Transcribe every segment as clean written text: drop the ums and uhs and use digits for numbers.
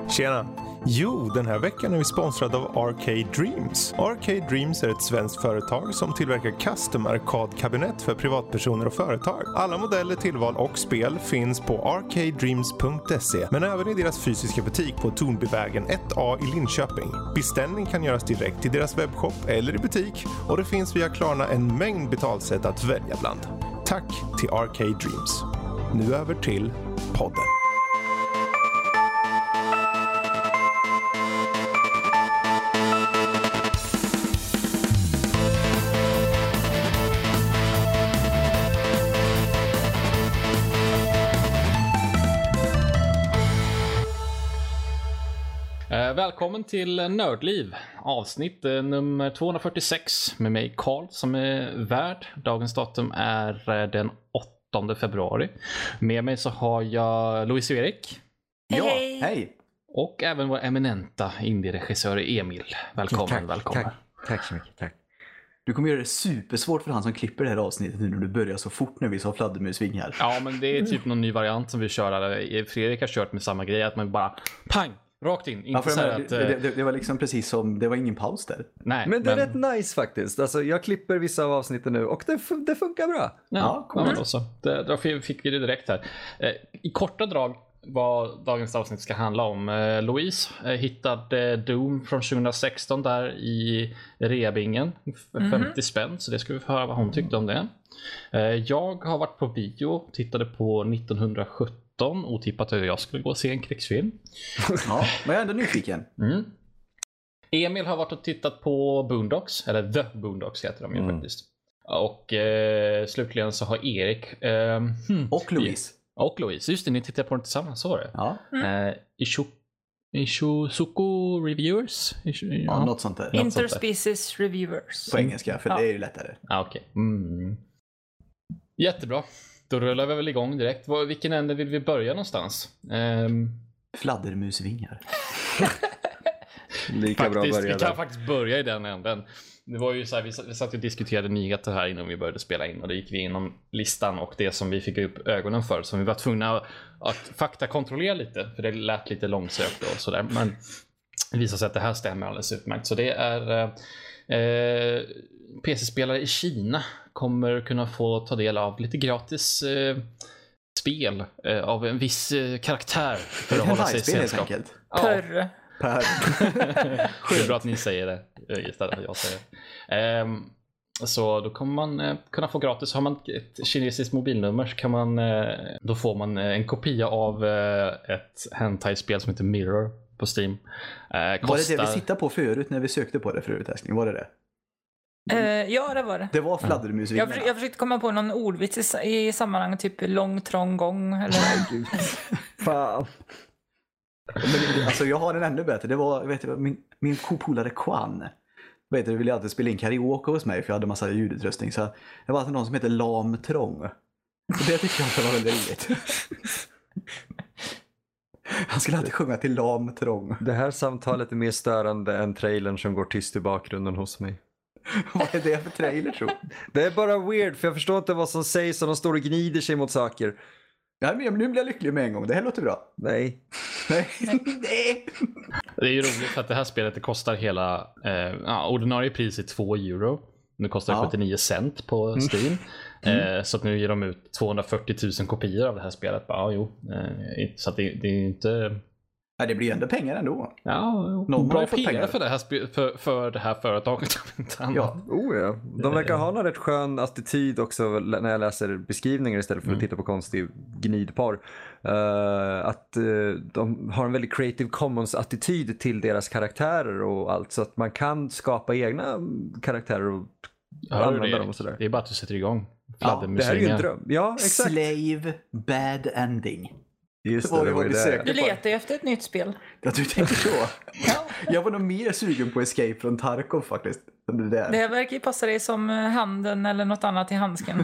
Tjena! Jo, den här veckan är vi sponsrade av Arcade Dreams. Arcade Dreams är ett svenskt företag som tillverkar custom arkadkabinett för privatpersoner och företag. Alla modeller, tillval och spel finns på arcadedreams.se, men även i deras fysiska butik på Tornbyvägen 1A i Linköping. Beställning kan göras direkt i deras webbshop eller i butik, och det finns via Klarna en mängd betalsätt att välja bland. Tack till Arcade Dreams. Nu över till podden. Välkommen till Nördliv, avsnitt nummer 246 med mig Carl som är värd. Dagens datum är den 8 februari. Med mig så har jag Louise och Erik. Ja, hej! Och även vår eminenta indie-regissör Emil. Välkommen, välkommen. Tack så mycket, tack. Du kommer göra det supersvårt för han som klipper det här avsnittet nu när du börjar så fort när vi sa fladdermusvingar. Ja, men det är typ någon ny variant som vi kör. Fredrik har kört med samma grej, att man bara pang! Rakt in, inte ja, så att... det var liksom precis som, det var ingen paus där. Nej, men det är rätt nice faktiskt. Alltså, jag klipper vissa av avsnitten nu och det funkar bra. Ja, cool. Ja, också. Då fick vi det direkt här. I korta drag vad dagens avsnitt ska handla om. Louise hittade Doom från 2016 där i reabingen. 50 spänn, så det ska vi få höra vad hon tyckte om det. Jag har varit på bio, tittade på 1917. Otippat hur jag skulle gå och se en krigsfilm. Ja, men jag är ändå nyfiken. Emil har varit och tittat på Boondocks, eller The Boondocks heter de ju faktiskt. Och slutligen så har Erik och Louise. Och Louise, just det, ni tittar på den tillsammans, så var det. Ja. Ishusuku Reviewers? Ja, något sånt där. Interspecies Reviewers. På engelska, för det är ju lättare. Okej. Jättebra. Då rullar vi väl igång direkt. Vilken ände vill vi börja någonstans? Fladdermusvingar. Lika faktiskt, bra börja vi kan där. faktiskt börja i den änden. Det var ju så här, vi satt och diskuterade nyheter här innan vi började spela in. Och då gick vi igenom listan och det som vi fick upp ögonen för. Som vi var tvungna att faktakontrollera lite. För det lät lite långsökt och sådär. Men det visade sig att det här stämmer alldeles utmärkt. Så det är PC-spelare i Kina kommer kunna få ta del av lite gratis spel av en viss karaktär för att hålla sig i sällskap. Pörr. Det är bra att ni säger det istället för att jag säger det. Så då kommer man kunna få gratis. Har man ett kinesiskt mobilnummer så kan man, då får man en kopia av ett hentai-spel som heter Mirror på Steam. Var det vi sittade på förut när vi sökte på det förut, älskling? Var det det? Ja, det var det. Det var fladdermusvingarna. Jag försökte komma på någon ordvits i sammanhanget, typ lång, trång gång. Eller... Fan. Men, alltså, jag har en ännu bättre. Det var, vet du, min kopolare Kwan. Vet du, ville alltid spela in karaoke hos mig för jag hade massa ljudutrustning. Så det var alltid någon som heter Lam Trång. Och det tyckte jag alltid var väldigt roligt. Han skulle alltid sjunga till Lam Trång. Det här samtalet är mer störande än trailern som går tyst i bakgrunden hos mig. Vad är det för trailer, tror? Det är bara weird, för jag förstår inte vad som sägs och de står och gnider sig mot saker. Ja, men nu blir jag lycklig med en gång. Det här låter bra. Nej. Nej. Det är ju roligt för att det här spelet det kostar hela ordinarie pris är 2 euro. Nu kostar det 79 cent på Steam. Så att nu ger de ut 240 000 kopior av det här spelet. Så att det är inte... Ja, det blir ändå pengar ändå. Ja, bra PR för det här för det här företaget. Ja. Ja. De verkar ha någon rätt skön attityd också när jag läser beskrivningar istället för att titta på konstig gnidpar. Att de har en väldigt Creative Commons-attityd till deras karaktärer och allt. Så att man kan skapa egna karaktärer och använda dem och sådär. Det är bara att du sätter igång. Ja, det här är ju en dröm. Ja, exakt. Slave bad ending. Just det var det. Du letar efter ett nytt spel. Ja, du tänker så. Jag var nog mer sugen på Escape från Tarkov faktiskt. Det här verkar ju passa dig som handen eller något annat i handsken.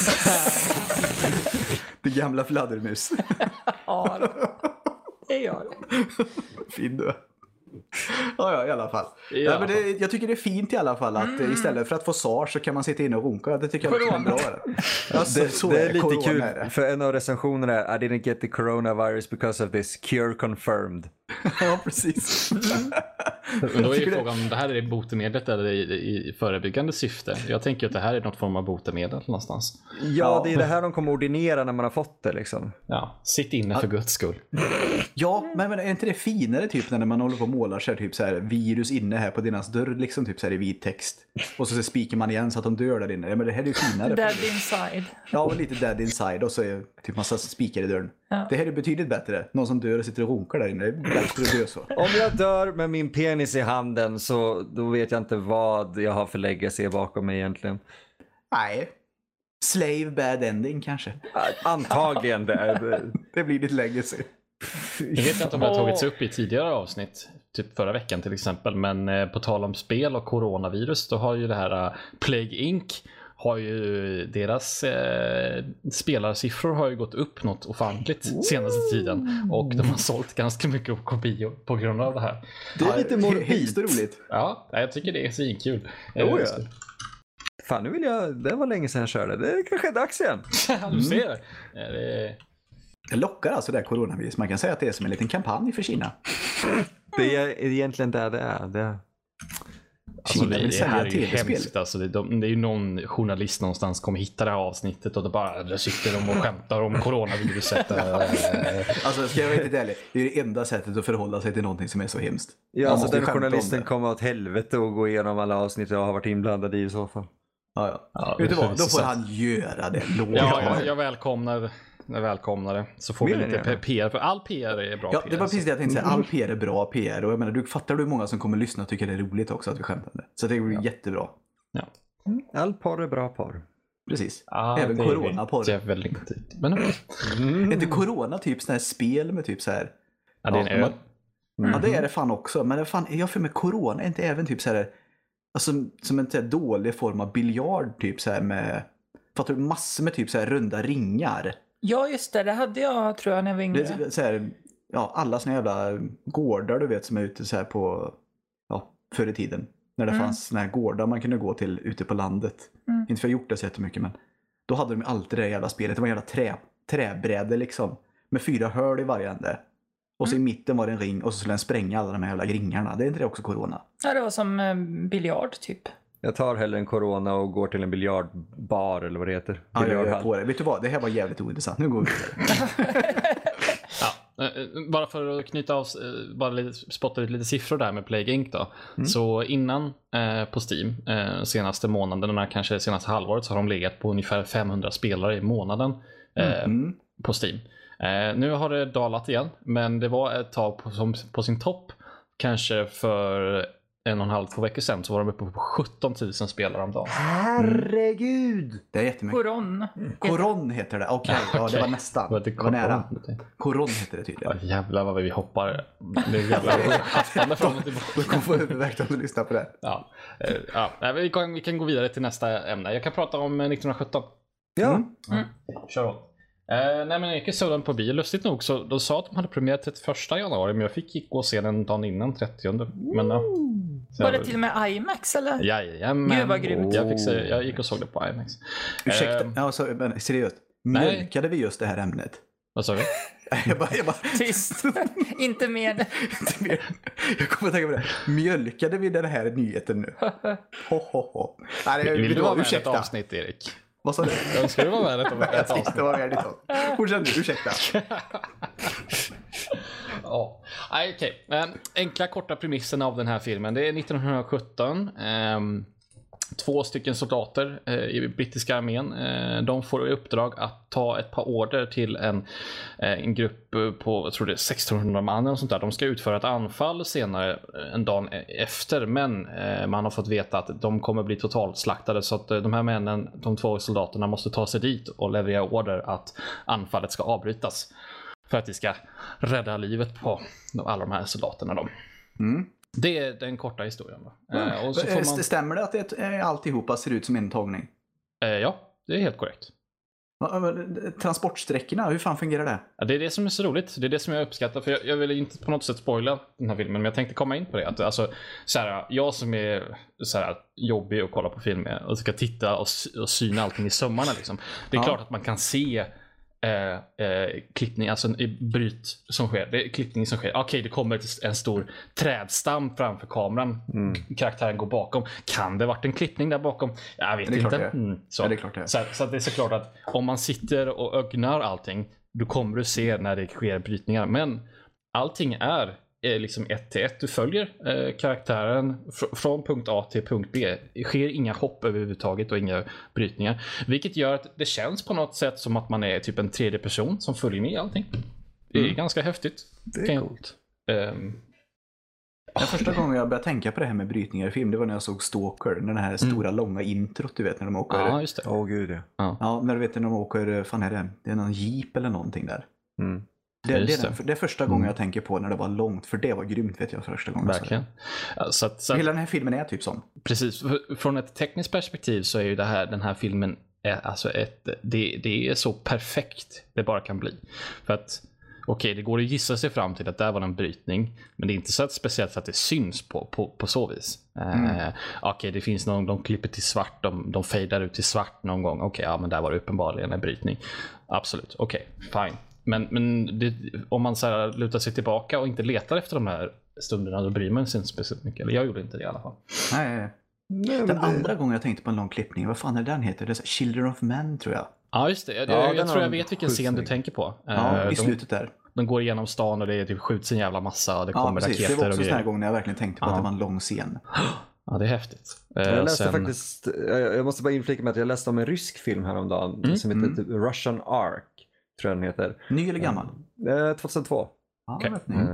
Det gamla fladdermus. Ja, det gör det. Fin du. Ja, i alla fall. Ja, men jag tycker det är fint i alla fall att istället för att få SARS så kan man sitta inne och runka. Det tycker jag är bra. Alltså, det är lite kul, för en av recensionerna är I didn't get the coronavirus because of this, cure confirmed. Ja, precis. Men då är ju frågan om det här är botemedlet eller i förebyggande syfte. Jag tänker att det här är något form av botemedel någonstans. Ja, det är det här de kommer ordinera när man har fått det liksom. Ja, sitt inne för guds skull. Ja, men är inte det finare typ när man håller på och målar så här, typ så här virus inne här på deras dörr liksom typ så här i vit text. Och så spikar man igen så att de dör där inne. Ja, men det här är ju finare. Dead inside. Ja, lite dead inside och så är typ massa spikar i dörren. Ja. Det här är betydligt bättre. Någon som dör och sitter och runkar där inne. Det är bättre att dö så. Om jag dör med min penis i handen så då vet jag inte vad jag har för legacy bakom mig egentligen. Nej. Slave bad ending kanske. Antagligen det. Det blir ditt legacy. Jag vet inte om det har tagits upp i tidigare avsnitt, typ förra veckan till exempel, men på tal om spel och coronavirus, då har ju det här Plague Inc. har ju deras spelarsiffror har ju gått upp något ofantligt senaste tiden och de har sålt ganska mycket kopior på grund av det här. Det är lite morbid. roligt. Ja, jag tycker det är svinkul. Jo, ja. Fan, nu vill jag, det var länge sedan jag körde. Det är kanske dags igen. Du ser. Det lockar alltså det här coronavirus. Man kan säga att det är som en liten kampanj för Kina. Det är egentligen där det är. Alltså det här är ju hemskt. Alltså det är ju någon journalist någonstans kommer hitta det här avsnittet och där sitter de och skämtar om coronaviruset. Alltså ska jag vara riktigt ärlig, det är det enda sättet att förhålla sig till någonting som är så hemskt. Ja, alltså den journalisten kommer åt helvete och gå igenom alla avsnitt jag har varit inblandad i så fall. Ja. Vet du vad, då får han göra det. Jag välkomnar det. Så får vi lite PR, för all PR är bra PR. Det var precis det jag tänkte säga, all PR är bra PR. Och jag menar, du fattar hur många som kommer lyssna och tycker det är roligt också att vi skämtar det. Så det blir jättebra. Ja. All porr är bra porr. Precis. Även corona-porr. Det är väldigt men är inte corona typ sån här spel med typ så här? Ja, det är en öl. Ja, det är det fan också. Men det fan, jag för mig corona är inte även typ så här, alltså som en så här dålig form av biljard typ så här med, fattar du, massor med typ så här runda ringar. Ja, just det. Det hade jag, tror jag, när jag var yngre. Det är så här, ja, alla såna jävla gårdar du vet som är ute så här på, ja, förr i tiden. När det fanns såna här gårdar man kunde gå till ute på landet. Inte för jag har gjort det så jättemycket, men då hade de alltid det jävla spelet. Det var en jävla träbräde liksom. Med 4 hål i varje ände. Och så i mitten var det en ring och så skulle den spränga alla de här jävla ringarna. Det är inte det också corona? Ja, det var som biljard typ. Jag tar hellre en corona och går till en biljardbar eller vad det heter. Ja, jag är på det. Vet du vad? Det här var jävligt ointressant. Nu går vi vidare. Bara för att knyta av, bara spotta ut lite siffror där med Plague Inc. då. Så innan på Steam, senaste månaderna, kanske senaste halvåret, så har de legat på ungefär 500 spelare i månaden på Steam. Nu har det dalat igen, men det var ett tag på sin topp, kanske för 1,5-2 veckor sedan, så var de uppe på 17 000 spelare om dagen. Herregud! Det är jättemycket. Koron heter det. Okej, ja, det var nästan. Det var nära. Koron heter det tydligen. Ja, jävlar vad vi hoppar. Det är jävlar vad fram och tillbaka. Du kommer få huvudvärk om du lyssnar på det. Ja. Vi kan gå vidare till nästa ämne. Jag kan prata om 1917. Ja. Kör on. Nej, men jag gick sådant på bio. Lustigt nog så de sa att de hade premiär 31 januari, men jag fick gå och se den dagen innan 30. Men var det till och med IMAX eller? Jajamän. Gud vad grymt. Jag gick och såg det på IMAX. Ursäkta, men seriöst. Mjölkade vi just det här ämnet? Vad sa du? jag bara... Tyst. Inte mer. Jag kommer att tänka på det. Mjölkade vi den här nyheten nu? Nej, vill du vara med ett avsnitt, Erik? Vad sa du? Jag ska du vara med ett avsnitt? Det var väldigt så. Fortsätt nu, ursäkta. Okej. Enkla korta premissen av den här filmen. Det är 1917. 2 stycken soldater i brittiska armén. De får i uppdrag att ta ett par order till en grupp på, jag tror det är 1600 man och sånt där. De ska utföra ett anfall senare en dag efter, men man har fått veta att de kommer bli totalt slaktade, så att de här männen, de 2 soldaterna, måste ta sig dit och leverera order att anfallet ska avbrytas för att de ska rädda livet på alla de här soldaterna då. Det är den korta historien då. Och så får man... Stämmer det att alltihopa ser ut som en tagning? Ja, det är helt korrekt. Transportsträckorna, hur fan fungerar det? Ja, det är det som är så roligt. Det är det som jag uppskattar. För jag vill inte på något sätt spoila den här filmen, men jag tänkte komma in på det. Att, alltså, jag som är jobbig att kolla på film med och ska titta och syna allting i sömmarna liksom. Det är klart att man kan se klippning, alltså bryt som sker. Det är klippning som sker. Okej, det kommer en stor trädstam framför kameran. Karaktären går bakom. Kan det varit en klippning där bakom? Jag vet inte. Så. Ja, det är klart det. Så det är såklart att om man sitter och ögnar allting, då kommer du se när det sker brytningar. Men allting är liksom 1-1. Du följer karaktären från punkt A till punkt B. Det sker inga hopp överhuvudtaget och inga brytningar. Vilket gör att det känns på något sätt som att man är typ en tredje person som följer med allting. Det är ganska häftigt. Det är coolt. Den första gången jag började tänka på det här med brytningar i film, det var när jag såg Stalker. Den här stora långa introt, du vet, när de åker. Ja, just det. Gud ja. Ja, när du vet när de åker, fan är det? Det är någon jeep eller någonting där. Det är första gången jag tänker på när det var långt, för det var grymt, vet jag, första gången. Verkligen. Så hela den här filmen är typ sån. Precis, från ett tekniskt perspektiv så är ju den här filmen alltså det är så perfekt det bara kan bli. För att okej, det går att gissa sig fram till att där var en brytning, men det är inte så att speciellt så att det syns på så vis. Okej, det finns de klipper till svart, de fejdar ut till svart någon gång. Okej, ja, men där var det uppenbarligen en brytning. Absolut, okej, fine. Men om man så här lutar sig tillbaka och inte letar efter de här stunderna, då bryr man sig inte speciellt mycket. Eller jag gjorde inte det i alla fall. Nej, den andra gången jag tänkte på en lång klippning, vad fan är den heter? Det är så Children of Men, tror jag. Ja, just det. Jag tror jag vet vilken scen du tänker på. Ja, i slutet där. De går igenom stan och det är typ skjuts en jävla massa och det kommer raketer. Det var också och en sån här gång när jag verkligen tänkte på att det var en lång scen. Ja, det är häftigt. Jag läste faktiskt, jag måste bara inflika med att jag läste om en rysk film häromdagen som heter typ Russian Ark, tror jag den heter. Ny eller gammal? 2002. Okay.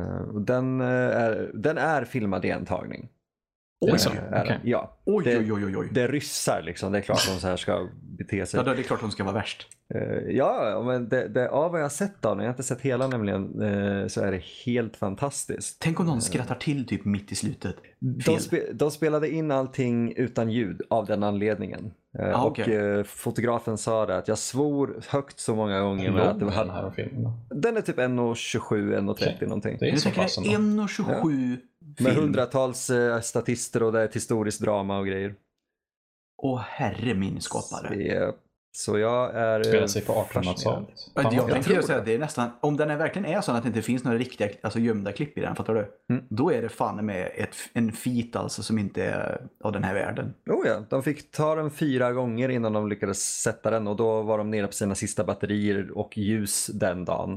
Den är filmad i en tagning. Oj, okay. Ja. Oj. Det är ryssar liksom, det är klart att de så här ska bete sig. Ja, det är klart att de ska vara värst. Ja, men av vad jag har sett då, när jag inte sett hela nämligen, så är det helt fantastiskt. Tänk om någon skrattar till typ mitt i slutet. De spelade in allting utan ljud av den anledningen. Och fotografen sa det att jag svor högt så många gånger med att det var den här filmen. Den är typ 1,27, 1,30 någonting. Det är så pass ändå. 1,27 med hundratals statister och det är ett historiskt drama och grejer. Åh, herre min skapare. Så jag är spelar sig på 1800-talet. Jag tänkte säga att det är nästan, om den verkligen är så att det inte finns några riktiga, alltså gömda klipp i den, fattar du? Då är det fan med en feat alltså som inte är av den här världen. De fick ta den 4 gånger innan de lyckades sätta den, och då var de nere på sina sista batterier och ljus den dagen.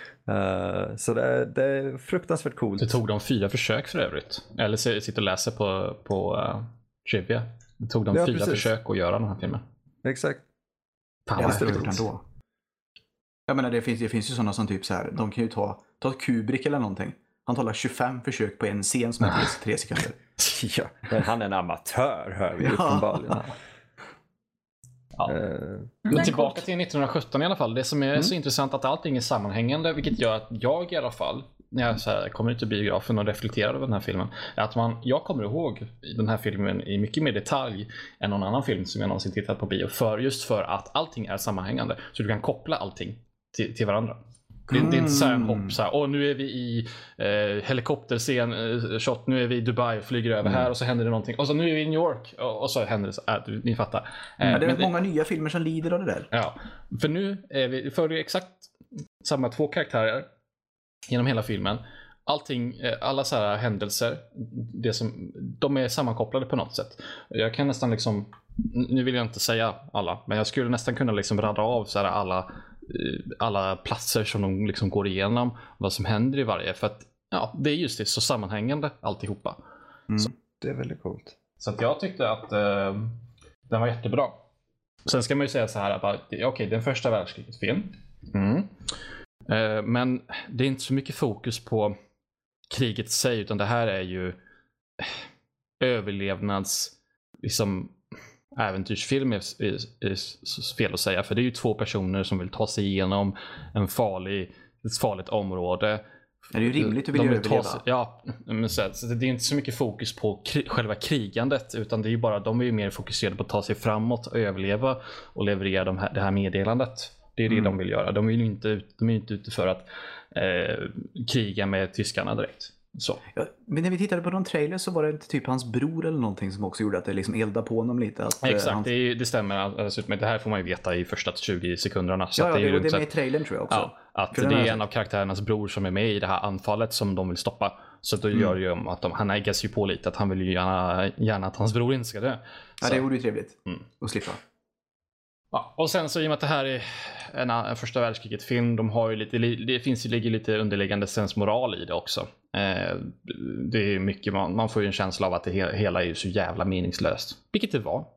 Så det är fruktansvärt coolt. Det tog de 4 försök för övrigt. Eller sitter och läser på trivia. Det tog de 4 försök att göra den här filmen. Exakt. Fan, vad stort ändå. Jag menar, det finns ju sådana som typ så här, de kan ju ta Kubrick eller någonting. Han talar 25 försök på en scen som är 3 sekunder. Ja, men han är en amatör, hör vi uppenbarligen. Ja. Men tillbaka till 1917 i alla fall. Det som är så intressant att allting är sammanhängande, vilket gör att jag i alla fall, när jag så här kommer ut ur biografen och reflekterar över den här filmen, är att jag kommer ihåg den här filmen i mycket mer detalj än någon annan film som jag någonsin tittat på bio, just för att allting är sammanhängande, så du kan koppla allting till varandra. Det är inte så här en hopp så här, nu är vi i helikopterscen shot, nu är vi i Dubai och flyger över här och så händer det någonting, och så nu är vi i New York och så händer det så ni fattar. Det är många nya filmer som lider av det där. Ja, för nu är vi följer exakt samma 2 karaktärer genom hela filmen. Alla så här händelser, de är sammankopplade på något sätt. Jag kan nästan liksom, nu vill jag inte säga alla, men jag skulle nästan kunna liksom radda av så här alla platser som de liksom går igenom, vad som händer i varje, för att det är just det, så sammanhängande alltihopa. Så, det är väldigt coolt. Så att jag tyckte att den var jättebra. Sen ska man ju säga så här, okej, den första världskriget film. Men det är inte så mycket fokus på kriget i sig, utan det här är ju överlevnads liksom äventyrsfilm är fel att säga, för det är ju 2 personer som vill ta sig igenom ett farligt område. Det är ju rimligt att vilja överleva. Men så det är inte så mycket fokus på själva krigandet, utan det är ju bara, de är ju mer fokuserade på att ta sig framåt och överleva och leverera det här meddelandet. Det är det de vill göra. De är ju inte ute för att kriga med tyskarna direkt. Så. Ja, men när vi tittade på någon trailer så var det inte typ hans bror eller någonting som också gjorde att det liksom eldade på honom lite. Att, Exakt, det stämmer. Men det här får man ju veta i första 20 sekunderna. Så ja, det är med i trailern tror jag också. Ja, att det är en av karaktärernas bror som är med i det här anfallet som de vill stoppa. Så då gör det ju att han äggas ju på lite att han vill ju gärna att hans bror inte ska dö. Ja, det vore ju trevligt att slippa. Ja, och sen så i och med att det här är en första världskriget-film, de har ju ligger lite underliggande sensmoral i det också. Det är mycket, man får ju en känsla av att det hela är ju så jävla meningslöst. Vilket det var.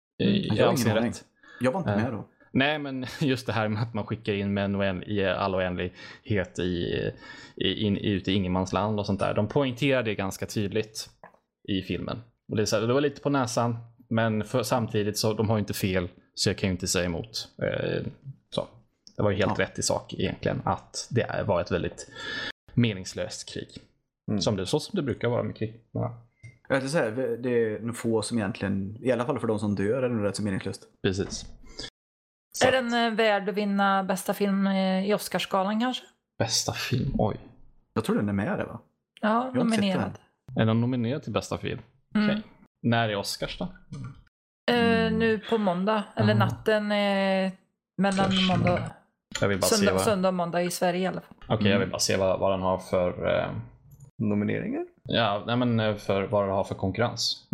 Jag var inte med då. Nej, men just det här med att man skickar in män i all oändlighet ut i ingenmansland och sånt där. De poängterar det ganska tydligt i filmen. Och det var lite på näsan, men samtidigt så de har ju inte fel, så jag kan ju inte säga emot. Så. Det var ju helt rätt i sak egentligen att det var ett väldigt meningslöst krig. Så som det brukar vara med krig. Ja. Jag vill säga, det är nog få som egentligen, i alla fall för de som dör, är det nog rätt så meningslöst. Precis. Är den värd att vinna bästa film i Oscarsgalan kanske? Bästa film? Oj. Jag tror den är med det, va? Ja, nominerad. Är den nominerad till bästa film? Okej. När är Oscars då? Nu på måndag. Eller natten mellan måndag. Jag vill bara söndag och måndag i Sverige i alla fall. Okej, jag vill bara se vad den har för... nomineringar? Ja, nej, men för vad den har för konkurrens.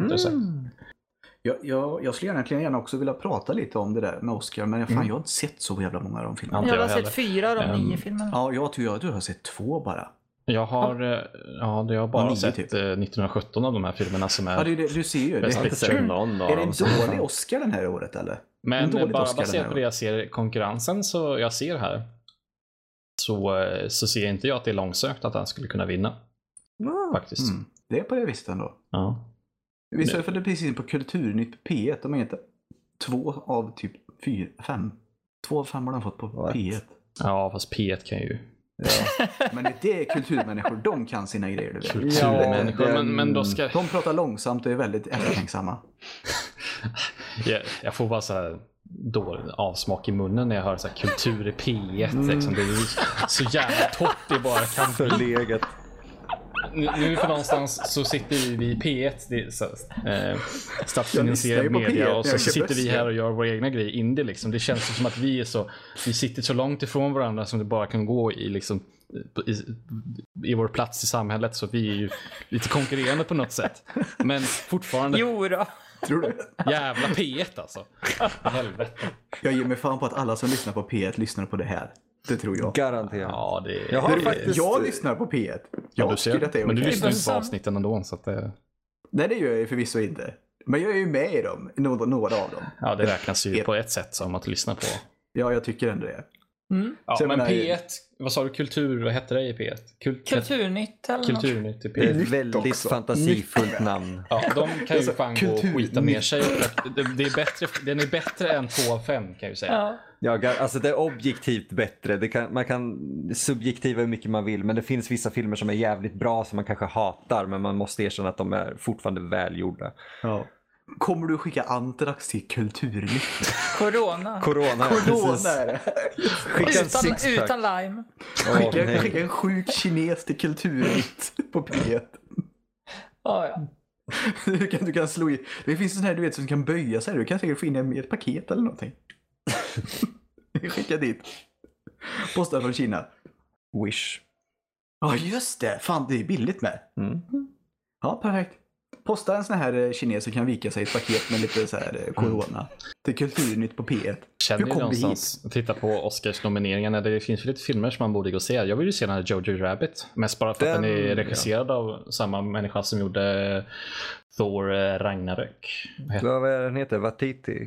Jag skulle gärna också vilja prata lite om det där med Oscar, men jag har inte sett så jävla många av de filmerna. Jag har sett 4 av de 9 filmerna. Ja, jag tror du har sett 2 bara. Jag har bara sett 1917 av de här filmerna som är... Ja, du ser ju. Best Picture. Är det en dålig Oscar den här året, eller? Men bara baserat på det jag ser konkurrensen så jag ser här så ser inte jag att det är långsökt att han skulle kunna vinna. Faktiskt. Det är på det viset ändå. Ja. Vi såg för det precis på Kulturnytt P1. De heter 2 av typ 5. 2 av 5 har de fått på P1. Ja, fast P1 kan ju... Ja. Men det är kulturmänniskor, de kan sina grejer, du vet. Kulturmänniskor, men då ska... De pratar långsamt och är väldigt eftertänksamma. Jag får bara så här dålig avsmak i munnen när jag hör så här kultur i P1 liksom. Det är så jävla torrt det bara kan bli. Förlegat. Nu för någonstans så sitter vi i P1, det är så, statsfinansierad media, och så sitter vi här och gör våra egna grejer indie liksom. Det känns som att vi sitter så långt ifrån varandra som det bara kan gå i liksom i vår plats i samhället, så vi är ju lite konkurrerande på något sätt. Men fortfarande... Jo då. Tror du? Jävla P1 alltså. Helvete. Jag ger mig fan på att alla som lyssnar på P1 lyssnar på det här. Det tror jag. Garanterat. Ja, jag lyssnar på P1. Men du lyssnar inte på avsnitten ändå, så att det... Nej, det gör jag förvisso inte. Men jag är ju med i dem, några av dem. Ja, det räknas ju på ett sätt som att lyssna på. Ja, jag tycker ändå det. Ja, men P1, vad sa du, kultur, vad heter det i P1? Kulturnytt eller Kulturnytt i Det är P1. ett väldigt fantasifullt namn. Ja, de kan ju fan gå och skita ner sig. Den är bättre än 2 av 5 kan jag ju säga. Ja, alltså det är objektivt bättre. Man kan subjektiva hur mycket man vill, men det finns vissa filmer som är jävligt bra som man kanske hatar, men man måste erkänna att de är fortfarande välgjorda. Ja. Kommer du skicka Antrax till Kulturnytt? Corona är det. Utan lime. Skicka en sjuk kines till Kulturnytt på P1. Ja. Du kan slå i. Det finns sån här, du vet, som kan böja sig. Du kan säkert få in ett paket eller någonting. Skicka dit. Posta från Kina. Wish. Ja, just det. Fan, det är billigt med. Ja, perfekt. Posta en sån här kines som kan vika sig i ett paket med lite så här corona. Till Kulturnytt på P1. Känner ni någonstans, titta på Oscars nomineringarna, det finns ju lite filmer som man borde gå och se. Jag vill ju se den här Jojo Rabbit. Mest bara för att den är regisserad av samma människa som gjorde Thor Ragnarök. Vad är den heter? Watiti?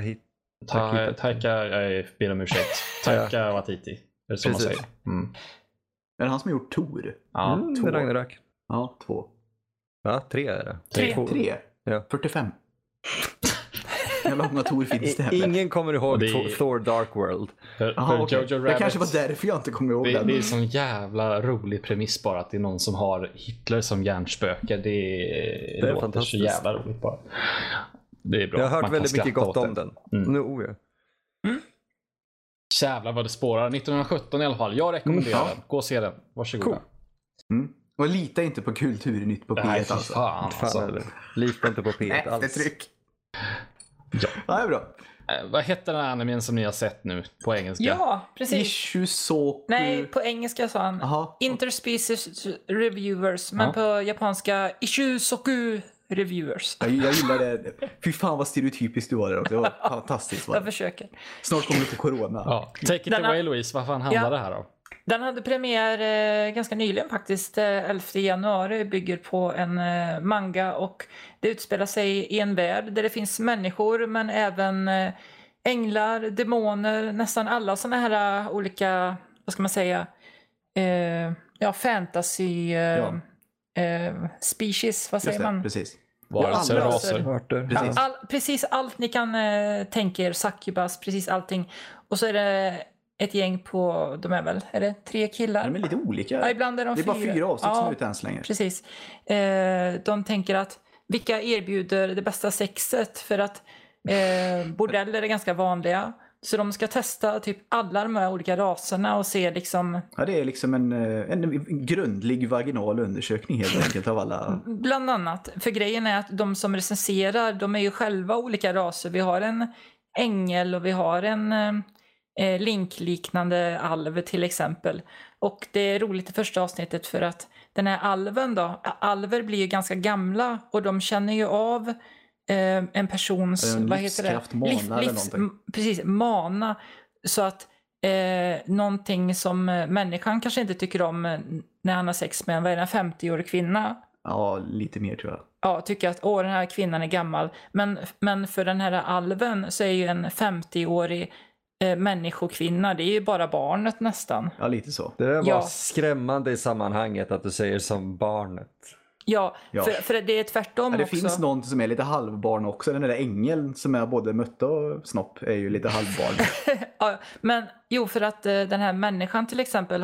Taika, jag ber om ursäkt. Taika Waititi. Är det så man säger? Är det han som har gjort Thor? Ja, Thor Ragnarök. Ja, 2. Ja, 3 är det. 3? Ja. 45. Hur långa Thor finns det? Ingen kommer ihåg Thor Dark World. Jojo Rabbit, det kanske var därför jag inte kommer ihåg den. Det är en sån jävla rolig premiss bara, att det är någon som har Hitler som hjärnspöke. Det låter så jävla roligt bara. Det är bra. Jag har hört väldigt mycket gott om den. Jävlar vad det spårar. 1917 i alla fall. Jag rekommenderar den. Gå och se den. Varsågoda. Cool. Och lita inte på Kulturnytt på P1 Nej, alltså. fan alltså. Eller, lita inte på P1 alls. Eftertryck. Ja, det är bra. Vad heter den här animen som ni har sett nu på engelska? Ja, precis. Ishusoku. Nej, på engelska sa han Aha. Interspecies Reviewers, men Ja. på japanska Ishusoku Reviewers. Jag gillar det. Fy fan vad stereotypiskt du var där också. Det var fantastiskt. Jag försöker. Snart kommer du på corona. Ja. Take it Den away har- Louise, vad fan handlar Ja. det här om? Den hade premiär ganska nyligen faktiskt, 11 januari, bygger på en manga och det utspelar sig i en värld där det finns människor men även änglar, demoner, nästan alla såna här olika, vad ska man säga, fantasy species, vad säger Just det, man? precis. Varelser, alla raser. Hörter. Precis. Precis allt ni kan tänka er, succubus, precis allting. Och så är det ett gäng på, de är det 3 killar? De är lite olika. Ja, ibland är de det är bara 4 avsnitt som är ute än så länge. Precis. De tänker att vilka erbjuder det bästa sexet, för att bordeller är ganska vanliga. Så de ska testa typ alla de här olika raserna och se liksom... Ja, det är liksom en grundlig vaginal undersökning helt enkelt av alla. Bland annat. För grejen är att de som recenserar, de är ju själva olika raser. Vi har en ängel och vi har en linkliknande alv till exempel. Och det är roligt i första avsnittet för att den här alven då, alver blir ju ganska gamla och de känner ju av en persons, En vad heter det? livskraft, mana eller någonting. Precis, mana. Så att någonting som människan kanske inte tycker om när han har sex med en 50-årig kvinna. Ja, lite mer tror jag. Ja, tycker att den här kvinnan är gammal. Men för den här alven så är ju en 50-årig människokvinna, det är ju bara barnet nästan. Ja, lite så. Det var Ja. skrämmande i sammanhanget att du säger som barnet. Ja, Ja. För det är tvärtom Ja, det också. finns någon som är lite halvbarn också. Den där ängeln som är både mötta och snopp är ju lite halvbarn. Ja, men jo, för att den här människan till exempel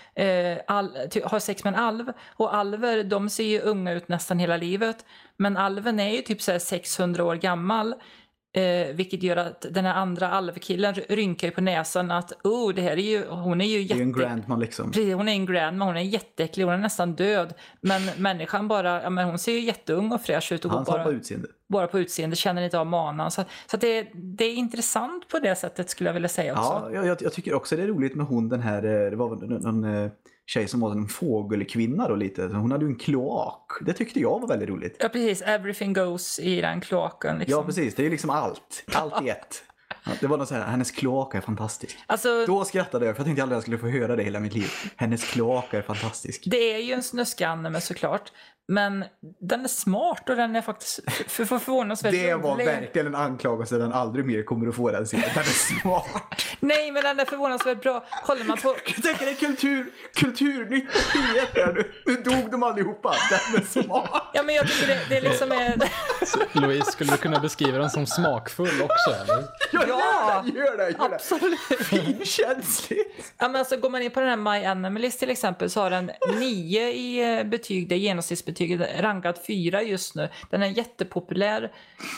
har sex med en alv. Och alver, de ser ju unga ut nästan hela livet. Men alven är ju typ så här 600 år gammal. Vilket gör att den här andra alvkillen rynkar ju på näsan att det här är ju, hon är ju Det är ju en grandman liksom. Precis, hon är en grandma, hon är jätteäcklig, hon är nästan död. Men människan bara, ja, men hon ser ju jätteung och fräsch ut och Han går satt på utseende. bara på utseende, känner inte av manan. Så att det är intressant på det sättet skulle jag vilja säga också. Ja, jag tycker också det är roligt med hon den här, det var någon tjej som var en fågelkvinna då lite. Hon hade ju en kloak. Det tyckte jag var väldigt roligt. Ja, precis. Everything goes i den kloaken. Liksom. Ja, precis. Det är ju liksom allt. Allt i ett. Ja, det var något så här, hennes kloaka är fantastisk. Alltså, Då skrattade jag för jag tänkte aldrig jag skulle få höra det hela mitt liv. Hennes kloaka är fantastisk. det är ju en snusk-anime såklart. Men den är smart och den är faktiskt förvånansvärt Det var rolig. verkligen en anklagelse den aldrig mer kommer att få den sidan. Den är smart. Nej, men den är förvånansvärt bra. Kollar man på... Jag tänker det är kulturnytt på P1 här nu. Nu dog de allihopa. Den är smart. Ja, men jag tycker det liksom är... Louise, skulle du kunna beskriva den som smakfull också eller? Ja, Gör det. absolut. Finkänsligt. Ja, men alltså, går man in på den här My Animalist till exempel så har den 9 i betyg. Det är genomsnittsbetyget, rankad 4 just nu. Den är jättepopulär.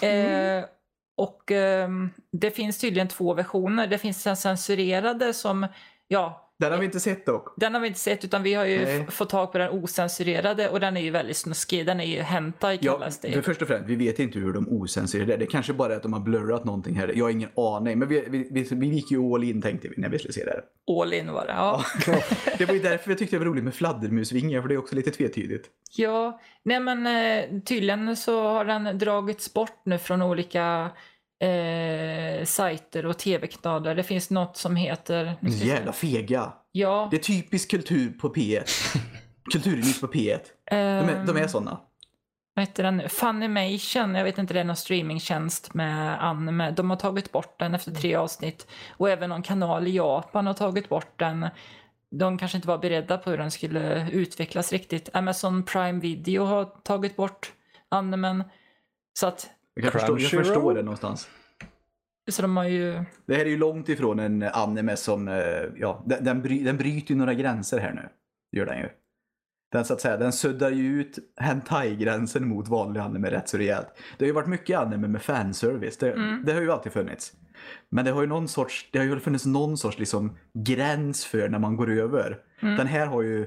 Och det finns tydligen 2 versioner. Det finns den censurerade som, Den har vi inte sett dock. den har vi inte sett, utan vi har ju Nej. fått tag på den ocensurerade och den är ju väldigt snuskig. Den är ju hentai Ja, kallas det. för först och främst, vi vet inte hur de osensurerade det. Det kanske bara är att de har blurrat någonting här. Jag har ingen aning. Men vi gick ju all in tänkte vi när vi skulle se det här. All in var det. Ja. Det var ju därför jag tyckte det var roligt med fladdermusvingar. För det är också lite tvetydigt. Ja, nej men tydligen så har den dragits bort nu från olika sajter och tv-kanaler. Det finns något som heter... Jävla fega. Ja, Det är typisk kultur på P1. Kulturnytt på P1. De är sådana. vad heter den nu? Funimation, jag vet inte, det är någon streamingtjänst med anime. De har tagit bort den efter 3 avsnitt. Och även någon kanal i Japan har tagit bort den. De kanske inte var beredda på hur den skulle utvecklas riktigt. Amazon Prime Video har tagit bort animen. Så att, Jag förstår det någonstans. så de har ju... Det här är ju långt ifrån en anime som, den bryter ju några gränser här nu. Gör den ju. Den så att säga, den suddar ju ut hentai-gränsen mot vanlig anime rätt så rejält. Det har ju varit mycket anime med fanservice. Det har ju alltid funnits. Men det har ju funnits någon sorts liksom gräns för när man går över. Den här har ju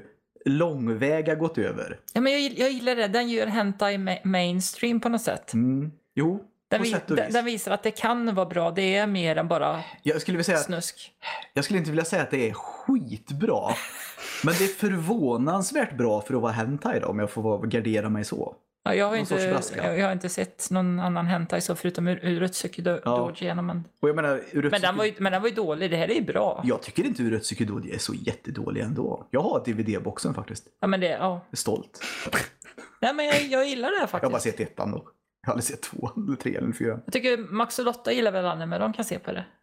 långväga gått över. Ja, men jag gillar det. Den gör hentai mainstream på något sätt. Jo, på sätt och vis. Den visar att det kan vara bra. Det är mer än bara jag skulle vilja säga snusk. Jag skulle inte vilja säga att det är skitbra. Men det är förvånansvärt bra för att vara hentai då, om jag får gardera mig så. Ja, jag har inte sett någon annan hentai så förutom Urotsuki Doji. Men den var ju dålig. Det här är ju bra. Jag tycker inte Urotsuki Doji är så jättedålig ändå. Jag har DVD-boxen faktiskt. Ja, men jag är stolt. Nej, men jag gillar det faktiskt. Jag har bara sett ettan då. Jag har aldrig sett 2 eller 3 eller 4. Jag tycker Max och Lotta gillar väl anime, de kan se på det.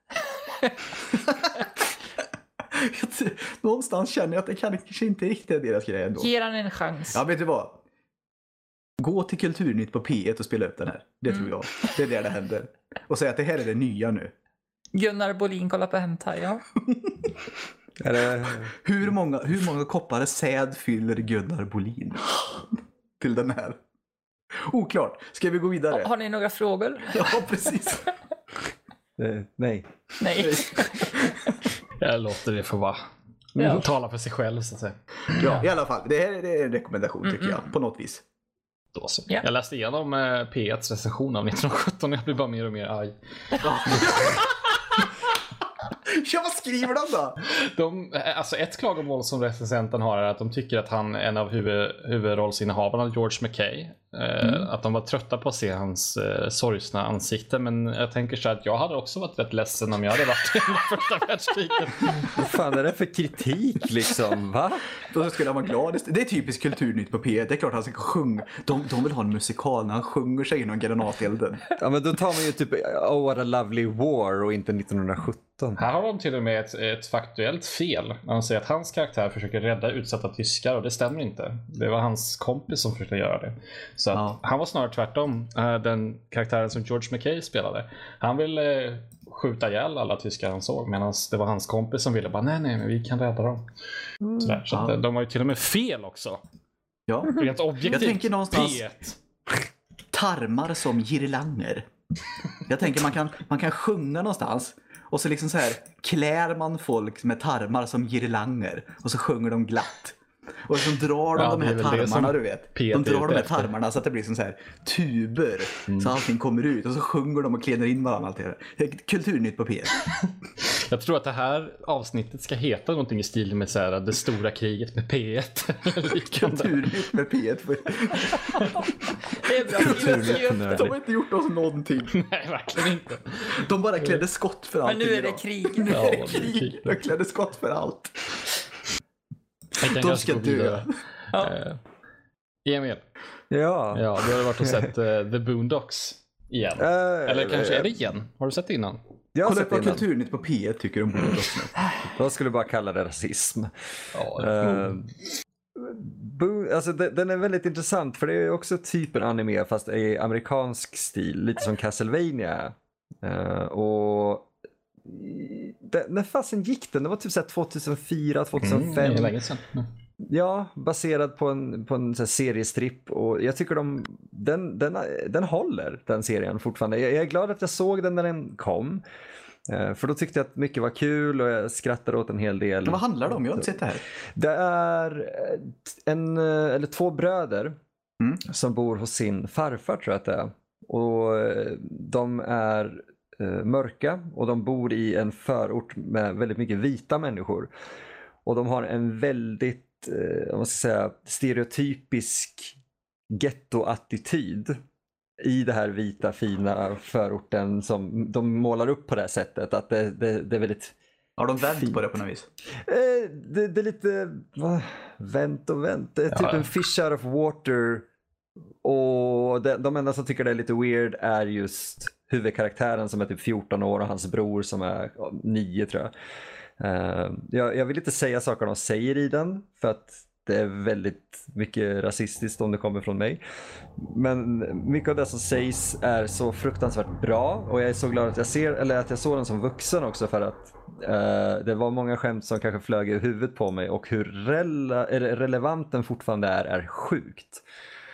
Någonstans känner jag att det kanske inte riktigt är deras grej ändå. Ge den en chans. Ja, vet du vad? Gå till Kulturnytt på P1 och spela upp den här. Det tror jag. Det är där det händer. Och säga att det här är det nya nu. Gunnar Bolin kollar på hentai, ja. Hur många koppar säd fyller Gunnar Bolin till den här? Oklart. Ska vi gå vidare? Har ni några frågor? Ja, precis. Nej. Jag låter det få vara. Tala för sig själv så att säga. Ja, i alla fall. Det här är en rekommendation tycker jag. På något vis. Då så. Yeah. Jag läste igenom P1s recension av 1917 och jag blir bara mer och mer arg. Ja, vad skriver de då? Alltså ett klagomål som recensenten har är att de tycker att han är en av huvudrollsinnehavarna, George McKay. Att de var trötta på att se hans sorgsna ansikte. Men jag tänker så att jag hade också varit rätt ledsen om jag hade varit i första världskriget. Vad fan är det för kritik liksom? Va? Då skulle han vara glad. Det är typiskt Kulturnytt på P1. Det är klart att han ska sjunga. De vill ha en musikal när han sjunger sig inom granatelden. Ja, men då tar man ju typ Oh What a Lovely War och inte 1917. Här har de till och med ett faktuellt fel. När de säger att hans karaktär försöker rädda utsatta tyskar, och det stämmer inte. Det var hans kompis som försökte göra det. Så att han var snarare tvärtom. Den karaktären som George McKay spelade, han ville skjuta ihjäl alla tyskar han såg, medan det var hans kompis som ville bara nej men vi kan rädda dem. Så att de har ju till och med fel också. Ja. Rent objektivt. Jag tänker någonstans P1. Tarmar som girlanger. Jag tänker man kan sjunga någonstans. Och så liksom så här klär man folk med tarmar som girlanger. Och så sjunger de glatt. Och så drar de här tarmarna, du vet. De drar de här tarmarna så att det blir som så här tuber. Så allting kommer ut. Och så sjunger de och kläder in varandra. Allt det. Kulturnytt på P1. Jag tror att det här avsnittet ska heta någonting i stil med så här, det stora kriget med P1. Kulturnytt med P1. Det är bra. De har inte gjort oss någonting. Nej, verkligen inte. De bara klädde skott för allt. Men nu är det krig. Nu är det krig. De klädde skott för allt. De ska dö. Emil. Ja, du har varit och sett The Boondocks igen. Eller kanske är det igen? Har du sett det innan? Kolla på Kulturnytt på P1 tycker de Boondocks nu. Jag skulle bara kalla det rasism. Alltså den är väldigt intressant, för det är också typ en anime fast i amerikansk stil, lite som Castlevania. Och när fasen gick den? Det var typ så 2004, 2005. Länge sedan. Ja, baserad på en så här seriestripp, och jag tycker den håller, den serien fortfarande. Jag är glad att jag såg den när den kom. För då tyckte jag att mycket var kul och jag skrattade åt en hel del. Men vad handlar det om? Jag har inte sett det här. Det är en eller 2 bröder som bor hos sin farfar, tror jag att det är. Och de är mörka och de bor i en förort med väldigt mycket vita människor. Och de har en väldigt jag måste säga, stereotypisk gettoattityd i det här vita fina förorten som de målar upp på det här sättet. Att det är väldigt... Har de vänt på det på något vis? Det är lite... Vänt. Det är typ en fish out of water. Och de enda som tycker det är lite weird är just huvudkaraktären som är typ 14 år och hans bror som är 9, tror jag. Jag vill inte säga saker de säger i den, för att det är väldigt mycket rasistiskt om det kommer från mig. Men mycket av det som sägs är så fruktansvärt bra, och jag är så glad att jag såg den som vuxen också, för att det var många skämt som kanske flög i huvudet på mig, och hur relevant den fortfarande är sjukt.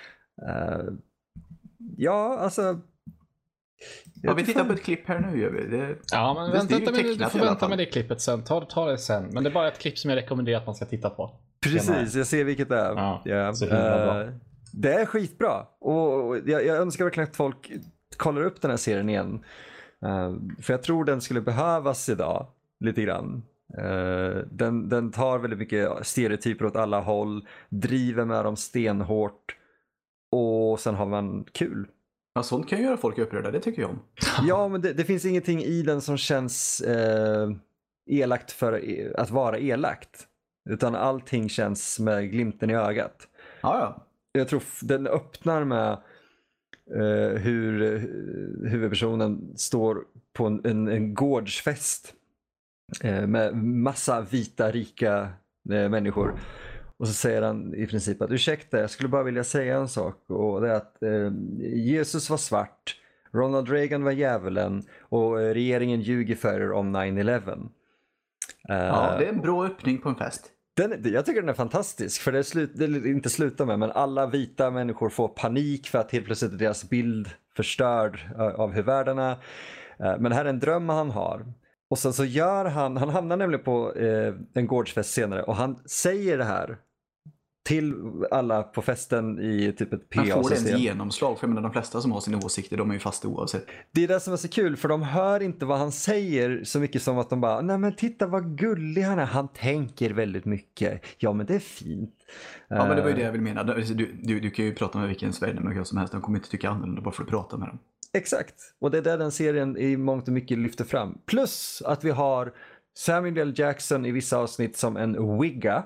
Ja, alltså... vi tittar på ett klipp här nu, gör vi. Men du får vänta med det klippet sen. Ta det sen. Men det är bara ett klipp som jag rekommenderar att man ska titta på. Precis, jag ser vilket det är. Ja, så himla bra. Det är skitbra. Och jag önskar verkligen att folk kollar upp den här serien igen. För jag tror den skulle behövas idag. Lite grann. Den tar väldigt mycket stereotyper åt alla håll. Driver med dem stenhårt. Och sen har man kul. Ja, sånt kan ju göra folk upprörda, det tycker jag om. Ja, men det finns ingenting i den som känns elakt för att vara elakt. Utan allting känns med glimten i ögat. Ja. Jag tror den öppnar med hur huvudpersonen står på en gårdsfest med massa vita rika människor. Och så säger han i princip att ursäkta, jag skulle bara vilja säga en sak. Och det är att Jesus var svart, Ronald Reagan var djävulen och regeringen ljuger för er om 9/11. Ja, det är en bra öppning på en fest. Jag tycker den är fantastisk, för det inte slutar med, men alla vita människor får panik för att helt plötsligt är deras bild förstörd av hur världen är. Men det här är en dröm han har. Och sen så gör han hamnar nämligen på en gårdsfest senare och han säger det här till alla på festen i typ ett PA-system. Man får det en genomslag, för jag menar, de flesta som har sina åsikter, de är ju fast oavsett. Det är det som är så kul, för de hör inte vad han säger så mycket som att de bara, nej men titta vad gullig han är, han tänker väldigt mycket. Ja, men det är fint. Ja, men det var ju det jag vill mena. Du kan ju prata med vilken sverigedemokrat som helst, de kommer inte tycka annorlunda bara för att prata med dem. Exakt, och det är där den serien i mångt och mycket lyfter fram. Plus att vi har Samuel L. Jackson i vissa avsnitt som en wigga.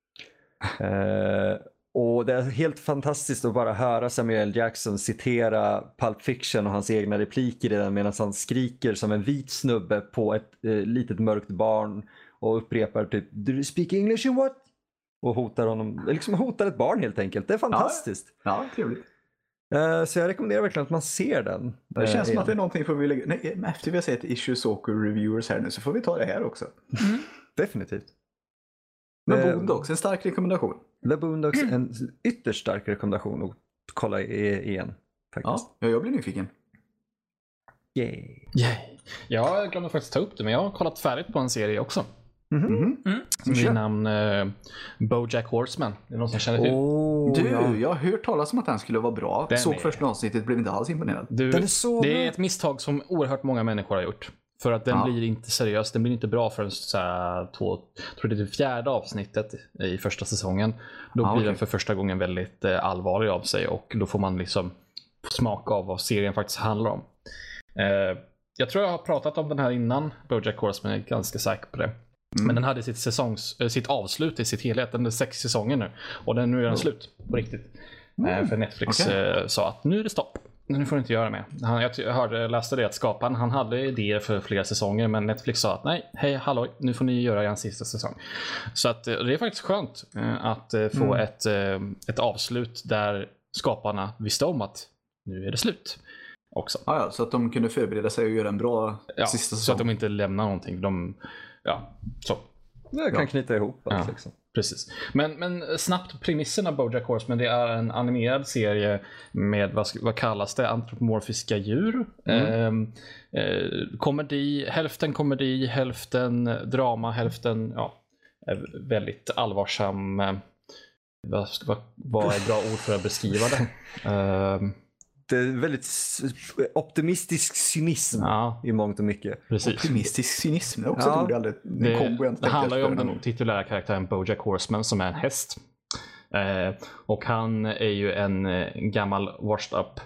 Och det är helt fantastiskt att bara höra Samuel L. Jackson citera Pulp Fiction och hans egna repliker i den, medan han skriker som en vit snubbe på ett litet mörkt barn och upprepar typ "Do you speak English in what?" och hotar honom, liksom hotar ett barn helt enkelt. Det är fantastiskt. Ja, trevligt. Så jag rekommenderar verkligen att man ser den. Det känns som att det är någonting för vi lägga... Nej, efter vi har sett Ishizoku Reviewers här nu så får vi ta det här också. Definitivt. Men Boondocks, en stark rekommendation. The Boondocks, en ytterst stark rekommendation att kolla igen. Faktiskt. Ja, jag blir nyfiken. Yay. Jag glömde faktiskt ta upp det, men jag har kollat färdigt på en serie också. Vid namn BoJack Horseman. Det är någon som känner till. Jag har hört talas om att den skulle vara bra. Såg första avsnittet, blev inte alls imponerad. Den är så det bra. är ett misstag som oerhört många människor har gjort. För att den blir inte seriös. Den blir inte bra förrän tror det är det 4:e avsnittet i första säsongen. Då blir den för första gången väldigt allvarlig av sig. Och då får man liksom smaka av vad serien faktiskt handlar om. Jag tror jag har pratat om den här innan. BoJack Horseman, är ganska säker på det. Men den hade sitt avslut i sitt helhet. Den är 6 säsonger nu. Och nu är den slut på riktigt. För Netflix sa att nu är det stopp. Nu får du inte göra med. Jag läste det att skaparen, han hade idéer för flera säsonger, men Netflix sa att nej, hej, halloj, nu får ni göra en sista säsong. Så att det är faktiskt skönt att få ett avslut där skaparna visste om att nu är det slut också. Ja, så att de kunde förbereda sig och göra en bra sista säsong. Så att de inte lämnar någonting. Jag kan knyta ihop allt liksom. Precis. Men snabbt, premissen av BoJack Horseman, det är en animerad serie med vad kallas det? Antropomorfiska djur. Komedi, hälften drama, hälften väldigt allvarsam. Vad är bra ord för att beskriva det? Det är väldigt optimistisk cynism i mångt och mycket. Precis. Optimistisk cynism, det är också ett ord. Det handlar ju om den titulära karaktären BoJack Horseman som är en häst. Och han är ju en gammal washed up